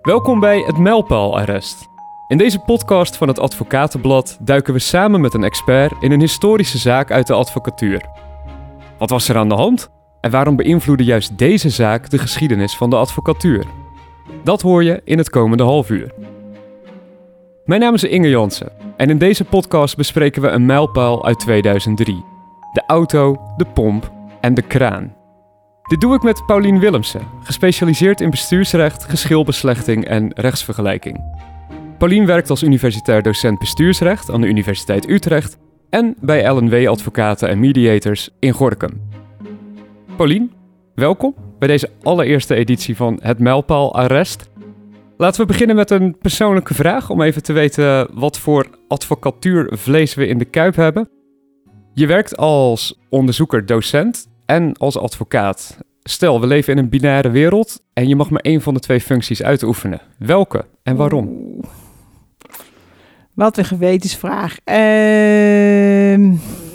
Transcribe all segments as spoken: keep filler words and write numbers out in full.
Welkom bij het Mijlpaalarrest. In deze podcast van het Advocatenblad duiken we samen met een expert in een historische zaak uit de advocatuur. Wat was er aan de hand? En waarom beïnvloedde juist deze zaak de geschiedenis van de advocatuur? Dat hoor je in het komende half uur. Mijn naam is Inge Jansen en in deze podcast bespreken we een mijlpaal uit tweeduizend drie. De auto, de pomp en de kraan. Dit doe ik met Paulien Willemsen, gespecialiseerd in bestuursrecht, geschilbeslechting en rechtsvergelijking. Paulien werkt als universitair docent bestuursrecht aan de Universiteit Utrecht en bij L en W Advocaten en Mediators in Gorinchem. Paulien, welkom bij deze allereerste editie van het Mijlpaalarrest. Laten we beginnen met een persoonlijke vraag om even te weten wat voor advocatuurvlees we in de kuip hebben. Je werkt als onderzoeker-docent en als advocaat. Stel, we leven in een binaire wereld en je mag maar één van de twee functies uitoefenen. Welke en waarom? Oeh. Wat een gewetensvraag. Uh,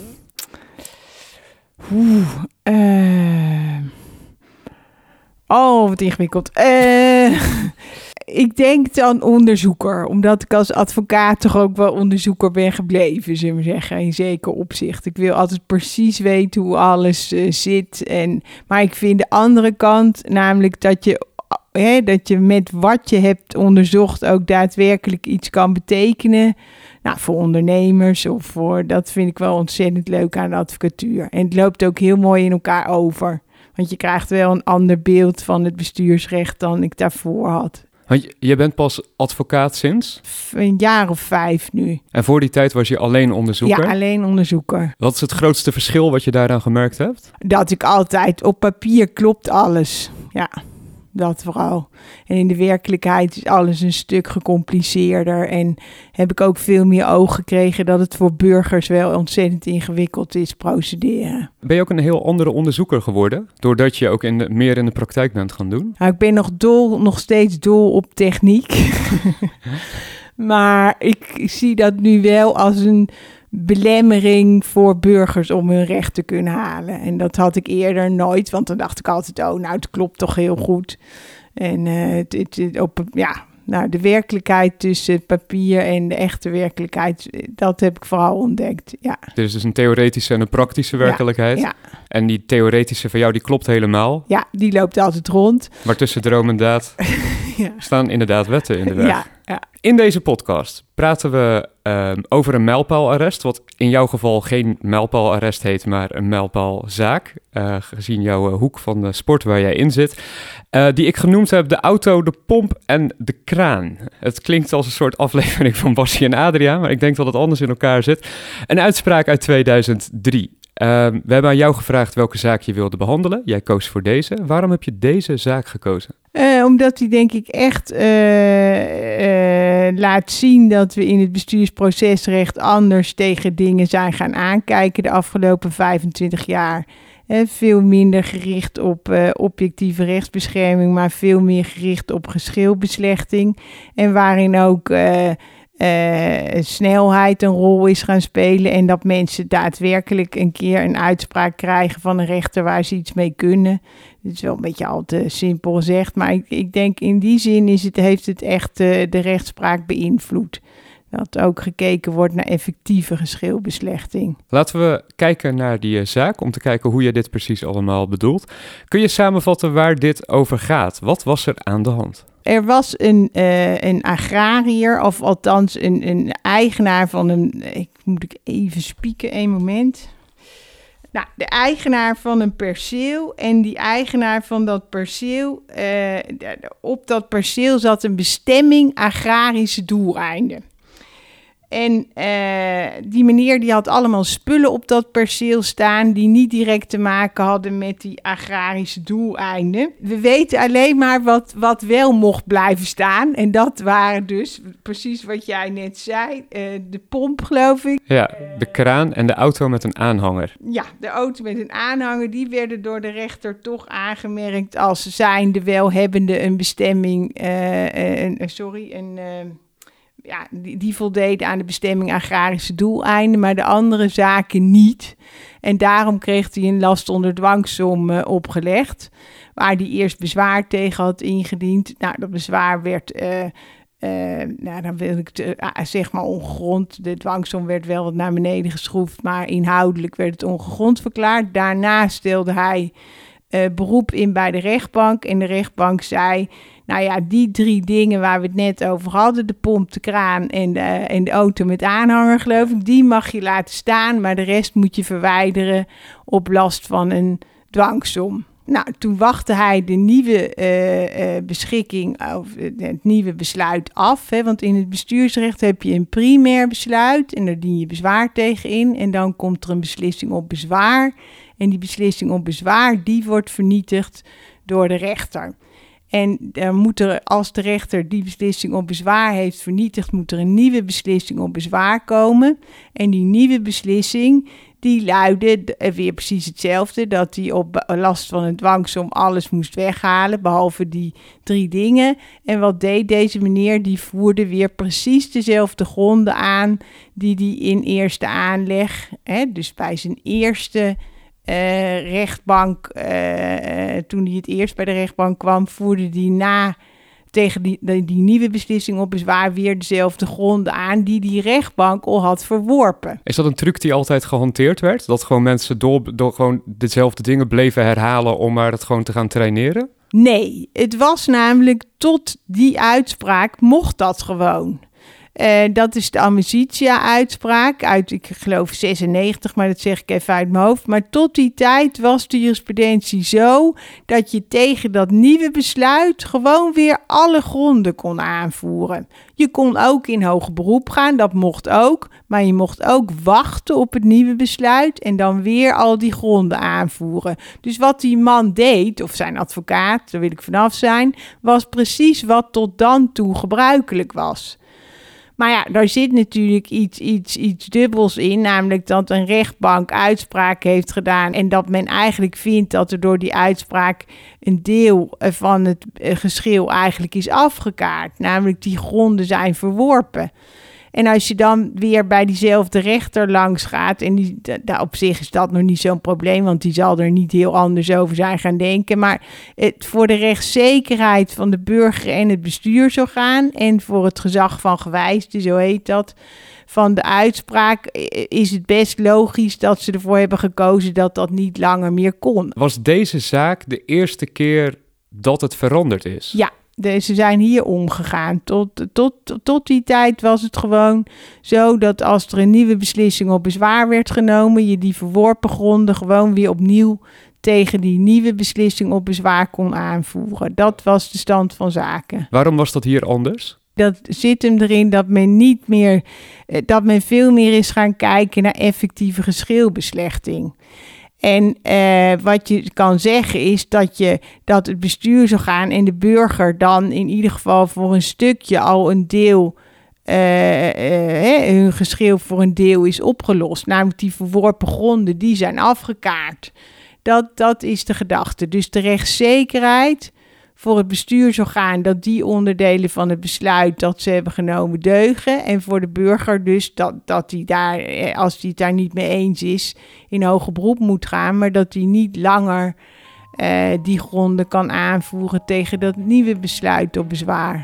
Oeh. Uh, oh, wat ingewikkeld. Uh, ik denk dan onderzoeker, omdat ik als advocaat toch ook wel onderzoeker ben gebleven, zullen we zeggen, in zeker opzicht. Ik wil altijd precies weten hoe alles uh, zit. En, maar ik vind de andere kant, namelijk dat je, hè, dat je met wat je hebt onderzocht ook daadwerkelijk iets kan betekenen. Nou, voor ondernemers of voor, dat vind ik wel ontzettend leuk aan de advocatuur. En het loopt ook heel mooi in elkaar over. Want je krijgt wel een ander beeld van het bestuursrecht dan ik daarvoor had. Want je bent pas advocaat sinds? Een jaar of vijf nu. En voor die tijd was je alleen onderzoeker? Ja, alleen onderzoeker. Wat is het grootste verschil wat je daaraan gemerkt hebt? Dat ik altijd, op papier klopt alles. Ja, dat vooral. En in de werkelijkheid is alles een stuk gecompliceerder. En heb ik ook veel meer oog gekregen dat het voor burgers wel ontzettend ingewikkeld is procederen. Ben je ook een heel andere onderzoeker geworden? Doordat je ook in de, meer in de praktijk bent gaan doen? Nou, ik ben nog dol, nog steeds dol op techniek. Maar ik zie dat nu wel als een belemmering voor burgers om hun recht te kunnen halen. En dat had ik eerder nooit, want dan dacht ik altijd, oh, nou, het klopt toch heel goed. En uh, het, het, het, op, ja, nou, de werkelijkheid tussen het papier en de echte werkelijkheid, dat heb ik vooral ontdekt, ja. Er is dus een theoretische en een praktische werkelijkheid. Ja, ja. En die theoretische van jou, die klopt helemaal. Ja, die loopt altijd rond. Maar tussen droom en daad ja. staan inderdaad wetten in de weg. Ja, ja. In deze podcast praten we uh, over een mijlpaalarrest, wat in jouw geval geen mijlpaalarrest heet, maar een mijlpaalzaak, uh, gezien jouw uh, hoek van de sport waar jij in zit, uh, die ik genoemd heb de auto, de pomp en de kraan. Het klinkt als een soort aflevering van Bassie en Adriaan, maar ik denk dat het anders in elkaar zit. Een uitspraak uit tweeduizend drie. Uh, we hebben aan jou gevraagd welke zaak je wilde behandelen. Jij koos voor deze. Waarom heb je deze zaak gekozen? Uh, omdat die denk ik echt uh, uh, laat zien dat we in het bestuursprocesrecht anders tegen dingen zijn gaan aankijken de afgelopen vijfentwintig jaar. Uh, veel minder gericht op uh, objectieve rechtsbescherming, maar veel meer gericht op geschilbeslechting. En waarin ook Uh, Uh, snelheid een rol is gaan spelen en dat mensen daadwerkelijk een keer een uitspraak krijgen van een rechter waar ze iets mee kunnen. Het is wel een beetje al te simpel gezegd, maar ik, ik denk in die zin is het, heeft het echt uh, de rechtspraak beïnvloed. Dat ook gekeken wordt naar effectieve geschilbeslechting. Laten we kijken naar die uh, zaak om te kijken hoe je dit precies allemaal bedoelt. Kun je samenvatten waar dit over gaat? Wat was er aan de hand? Er was een, uh, een agrariër, of althans een, een eigenaar van een... Ik moet ik even spieken, één moment. Nou, de eigenaar van een perceel. En die eigenaar van dat perceel... Uh, op dat perceel zat een bestemming agrarische doeleinden. En uh, die meneer die had allemaal spullen op dat perceel staan die niet direct te maken hadden met die agrarische doeleinden. We weten alleen maar wat, wat wel mocht blijven staan. En dat waren dus precies wat jij net zei, uh, de pomp geloof ik. Ja, de kraan en de auto met een aanhanger. Ja, de auto met een aanhanger, die werden door de rechter toch aangemerkt als zijnde welhebbende een bestemming, uh, uh, sorry, een... Uh, ja, die, die voldeden aan de bestemming agrarische doeleinden, maar de andere zaken niet. En daarom kreeg hij een last onder dwangsom uh, opgelegd, waar hij eerst bezwaar tegen had ingediend. Nou, dat bezwaar werd, uh, uh, nou, dan wil ik te, uh, zeg maar ongegrond. De dwangsom werd wel wat naar beneden geschroefd, maar inhoudelijk werd het ongegrond verklaard. Daarna stelde hij uh, beroep in bij de rechtbank en de rechtbank zei, nou ja, die drie dingen waar we het net over hadden, de pomp, de kraan en de, en de auto met aanhanger, geloof ik, die mag je laten staan, maar de rest moet je verwijderen op last van een dwangsom. Nou, toen wachtte hij de nieuwe uh, uh, beschikking, of het nieuwe besluit af, hè, want in het bestuursrecht heb je een primair besluit en daar dien je bezwaar tegen in en dan komt er een beslissing op bezwaar en die beslissing op bezwaar, die wordt vernietigd door de rechter. En dan moet er, als de rechter die beslissing op bezwaar heeft vernietigd, moet er een nieuwe beslissing op bezwaar komen. En die nieuwe beslissing, die luidde weer precies hetzelfde, dat hij op last van een dwangsom alles moest weghalen, behalve die drie dingen. En wat deed deze meneer? Die voerde weer precies dezelfde gronden aan die hij in eerste aanleg, hè, dus bij zijn eerste Uh, rechtbank, uh, uh, toen hij het eerst bij de rechtbank kwam, voerde hij na tegen die, die, die nieuwe beslissing op bezwaar weer dezelfde gronden aan die die rechtbank al had verworpen. Is dat een truc die altijd gehanteerd werd? Dat gewoon mensen door, door gewoon dezelfde dingen bleven herhalen om maar het gewoon te gaan traineren? Nee, het was namelijk tot die uitspraak mocht dat gewoon. Uh, dat is de Amicitia-uitspraak uit, ik geloof, zesennegentig, maar dat zeg ik even uit mijn hoofd. Maar tot die tijd was de jurisprudentie zo dat je tegen dat nieuwe besluit gewoon weer alle gronden kon aanvoeren. Je kon ook in hoger beroep gaan, dat mocht ook. Maar je mocht ook wachten op het nieuwe besluit en dan weer al die gronden aanvoeren. Dus wat die man deed, of zijn advocaat, daar wil ik vanaf zijn, was precies wat tot dan toe gebruikelijk was. Maar ja, daar zit natuurlijk iets, iets, iets dubbels in, namelijk dat een rechtbank uitspraak heeft gedaan en dat men eigenlijk vindt dat er door die uitspraak een deel van het geschil eigenlijk is afgekaart. Namelijk die gronden zijn verworpen. En als je dan weer bij diezelfde rechter langs gaat, en die, da, op zich is dat nog niet zo'n probleem, want die zal er niet heel anders over zijn gaan denken. Maar het, voor de rechtszekerheid van de burger en het bestuursorgaan en voor het gezag van gewijsden, zo heet dat, van de uitspraak, is het best logisch dat ze ervoor hebben gekozen dat dat niet langer meer kon. Was deze zaak de eerste keer dat het veranderd is? Ja. De, ze zijn hier omgegaan. Tot, tot, tot die tijd was het gewoon zo dat als er een nieuwe beslissing op bezwaar werd genomen, je die verworpen gronden gewoon weer opnieuw tegen die nieuwe beslissing op bezwaar kon aanvoeren. Dat was de stand van zaken. Waarom was dat hier anders? Dat zit hem erin dat men niet meer, dat men veel meer is gaan kijken naar effectieve geschilbeslechting. En uh, wat je kan zeggen is dat, je, dat het bestuursorgaan en de burger dan in ieder geval voor een stukje al een deel, uh, uh, hun geschil voor een deel is opgelost. Namelijk die verworpen gronden, die zijn afgekaart. Dat, dat is de gedachte. Dus de rechtszekerheid voor het bestuursorgaan dat die onderdelen van het besluit dat ze hebben genomen deugen. En voor de burger dus dat, dat hij daar, als hij het daar niet mee eens is, in hoger beroep moet gaan. Maar dat hij niet langer uh, die gronden kan aanvoeren tegen dat nieuwe besluit op bezwaar.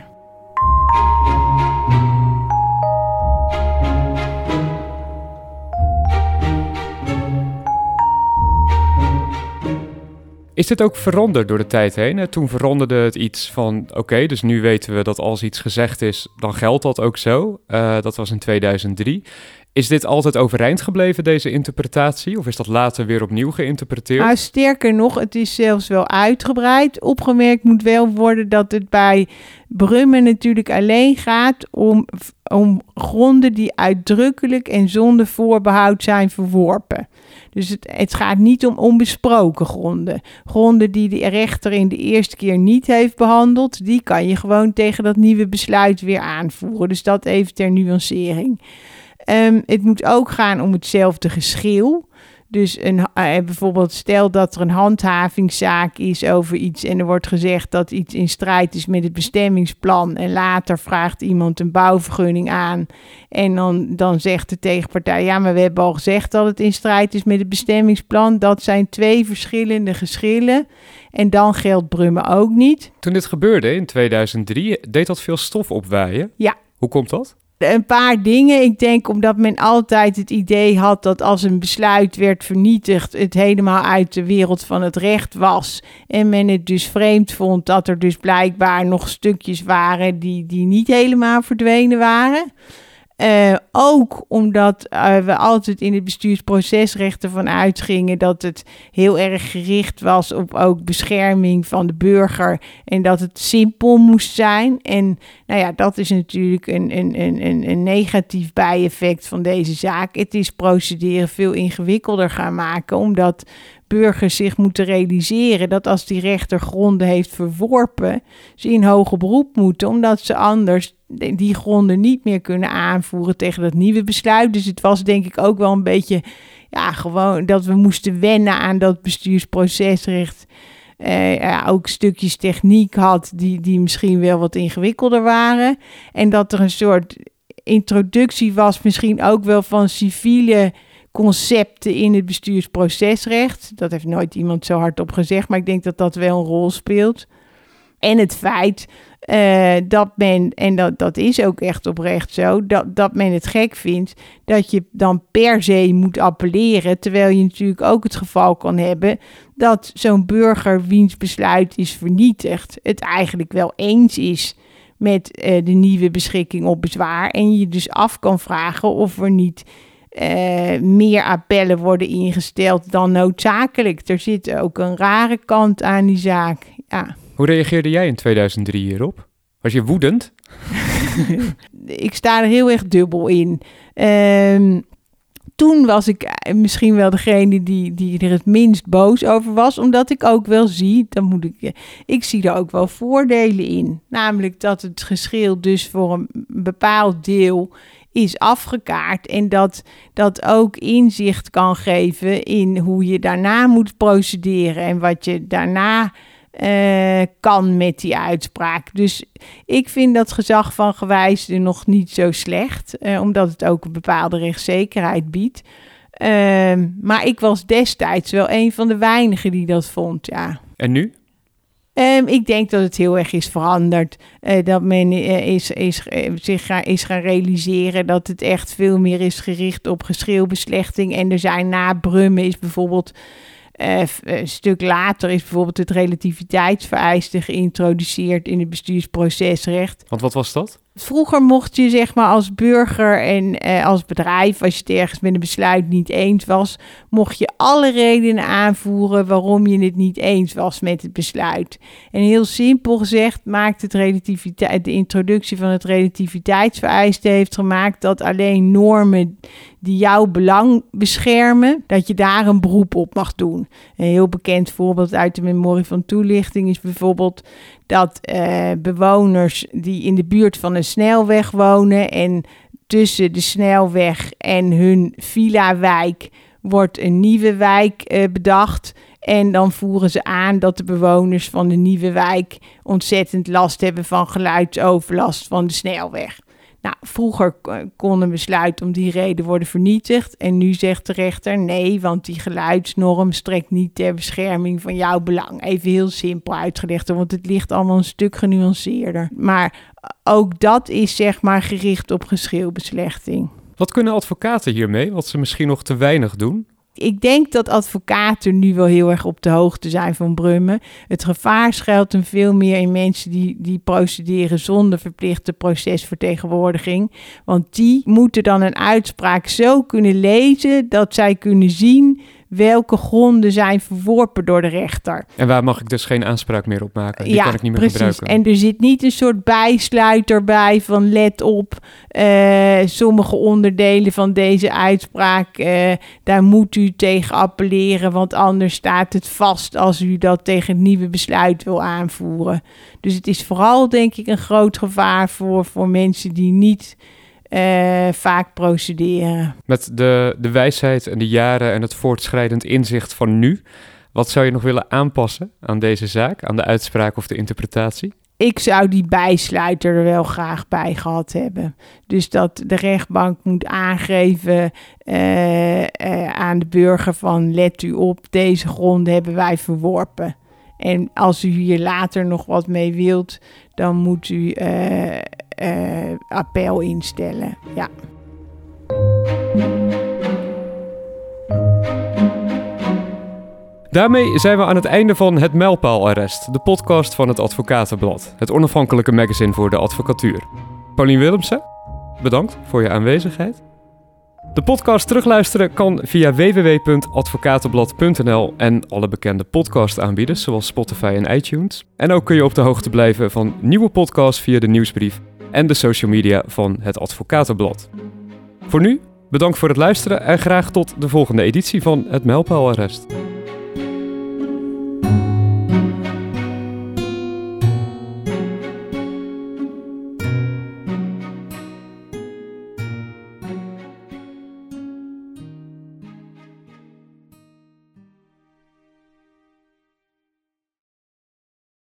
Is dit ook veranderd door de tijd heen? Toen veranderde het iets van, oké, okay, dus nu weten we dat als iets gezegd is, dan geldt dat ook zo. Uh, dat was in tweeduizend drie. Is dit altijd overeind gebleven, deze interpretatie? Of is dat later weer opnieuw geïnterpreteerd? Nou, sterker nog, het is zelfs wel uitgebreid. Opgemerkt moet wel worden dat het bij Brummen natuurlijk alleen gaat om, om gronden die uitdrukkelijk en zonder voorbehoud zijn verworpen. Dus het, het gaat niet om onbesproken gronden. Gronden die de rechter in de eerste keer niet heeft behandeld, die kan je gewoon tegen dat nieuwe besluit weer aanvoeren. Dus dat even ter nuancering. Um, het moet ook gaan om hetzelfde geschil. Dus een, uh, bijvoorbeeld stel dat er een handhavingszaak is over iets en er wordt gezegd dat iets in strijd is met het bestemmingsplan en later vraagt iemand een bouwvergunning aan en dan, dan zegt de tegenpartij, ja, maar we hebben al gezegd dat het in strijd is met het bestemmingsplan. Dat zijn twee verschillende geschillen en dan geldt Brummen ook niet. Toen dit gebeurde in tweeduizend drie, deed dat veel stof opwaaien? Ja. Hoe komt dat? Een paar dingen. Ik denk omdat men altijd het idee had dat als een besluit werd vernietigd, het helemaal uit de wereld van het recht was. En men het dus vreemd vond dat er dus blijkbaar nog stukjes waren die, die niet helemaal verdwenen waren. Uh, ook omdat uh, we altijd in het bestuursprocesrecht ervan uitgingen dat het heel erg gericht was op ook bescherming van de burger en dat het simpel moest zijn. En nou ja, dat is natuurlijk een, een, een, een negatief bijeffect van deze zaak. Het is procederen veel ingewikkelder gaan maken, omdat burgers zich moeten realiseren dat als die rechter gronden heeft verworpen, ze in hoger beroep moeten, omdat ze anders die gronden niet meer kunnen aanvoeren tegen dat nieuwe besluit. Dus het was denk ik ook wel een beetje, ja, gewoon dat we moesten wennen aan dat bestuursprocesrecht. Uh, ja, ook stukjes techniek had die, die misschien wel wat ingewikkelder waren. En dat er een soort introductie was misschien ook wel van civiele concepten in het bestuursprocesrecht. Dat heeft nooit iemand zo hardop gezegd, maar ik denk dat dat wel een rol speelt. En het feit uh, dat men, en dat, dat is ook echt oprecht zo, dat, dat men het gek vindt dat je dan per se moet appelleren, terwijl je natuurlijk ook het geval kan hebben dat zo'n burger wiens besluit is vernietigd, het eigenlijk wel eens is met uh, de nieuwe beschikking op bezwaar en je dus af kan vragen of er niet Uh, meer appellen worden ingesteld dan noodzakelijk. Er zit ook een rare kant aan die zaak. Ja. Hoe reageerde jij in tweeduizend drie hierop? Was je woedend? Ik sta er heel erg dubbel in. Um, toen was ik misschien wel degene die, die er het minst boos over was, omdat ik ook wel zie, dan moet ik, ik zie er ook wel voordelen in. Namelijk dat het geschil dus voor een bepaald deel is afgekaart en dat dat ook inzicht kan geven in hoe je daarna moet procederen en wat je daarna uh, kan met die uitspraak. Dus ik vind dat gezag van gewijsden nog niet zo slecht, uh, omdat het ook een bepaalde rechtszekerheid biedt. Uh, maar ik was destijds wel een van de weinigen die dat vond, ja. En nu? Um, ik denk dat het heel erg is veranderd. Uh, dat men uh, is, is, uh, zich ga, is gaan realiseren dat het echt veel meer is gericht op geschilbeslechting. En er zijn na Brummen is bijvoorbeeld uh, een stuk later is bijvoorbeeld het relativiteitsvereiste geïntroduceerd in het bestuursprocesrecht. Want wat was dat? Vroeger mocht je zeg maar als burger en eh, als bedrijf, als je het ergens met een besluit niet eens was, mocht je alle redenen aanvoeren waarom je het niet eens was met het besluit. En heel simpel gezegd maakt het relativiteit, de introductie van het relativiteitsvereiste heeft gemaakt dat alleen normen die jouw belang beschermen, dat je daar een beroep op mag doen. Een heel bekend voorbeeld uit de memorie van toelichting is bijvoorbeeld dat uh, bewoners die in de buurt van een snelweg wonen en tussen de snelweg en hun villa-wijk wordt een nieuwe wijk uh, bedacht. En dan voeren ze aan dat de bewoners van de nieuwe wijk ontzettend last hebben van geluidsoverlast van de snelweg. Nou, vroeger kon een besluit om die reden worden vernietigd. En nu zegt de rechter nee, want die geluidsnorm strekt niet ter bescherming van jouw belang. Even heel simpel uitgelegd, want het ligt allemaal een stuk genuanceerder. Maar ook dat is zeg maar gericht op geschilbeslechting. Wat kunnen advocaten hiermee, wat ze misschien nog te weinig doen? Ik denk dat advocaten nu wel heel erg op de hoogte zijn van Brummen. Het gevaar schuilt hem veel meer in mensen die, die procederen zonder verplichte procesvertegenwoordiging. Want die moeten dan een uitspraak zo kunnen lezen dat zij kunnen zien welke gronden zijn verworpen door de rechter. En waar mag ik dus geen aanspraak meer op maken? Die ja, kan ik niet meer precies. gebruiken. En er zit niet een soort bijsluiter bij van let op, uh, sommige onderdelen van deze uitspraak, uh, daar moet u tegen appelleren, want anders staat het vast als u dat tegen het nieuwe besluit wil aanvoeren. Dus het is vooral, denk ik, een groot gevaar voor, voor mensen die niet uh, vaak procederen. Met de, de wijsheid en de jaren en het voortschrijdend inzicht van nu, wat zou je nog willen aanpassen aan deze zaak, aan de uitspraak of de interpretatie? Ik zou die bijsluiter er wel graag bij gehad hebben. Dus dat de rechtbank moet aangeven uh, uh, aan de burger van let u op, deze gronden hebben wij verworpen. En als u hier later nog wat mee wilt, dan moet u uh, uh, appel instellen. Ja. Daarmee zijn we aan het einde van Het Mijlpaalarrest, de podcast van het Advocatenblad, het onafhankelijke magazine voor de advocatuur. Paulien Willemsen, bedankt voor je aanwezigheid. De podcast terugluisteren kan via w w w punt advocatenblad punt n l en alle bekende podcastaanbieders zoals Spotify en iTunes. En ook kun je op de hoogte blijven van nieuwe podcasts via de nieuwsbrief en de social media van het Advocatenblad. Voor nu, bedankt voor het luisteren en graag tot de volgende editie van Het Mijlpaalarrest.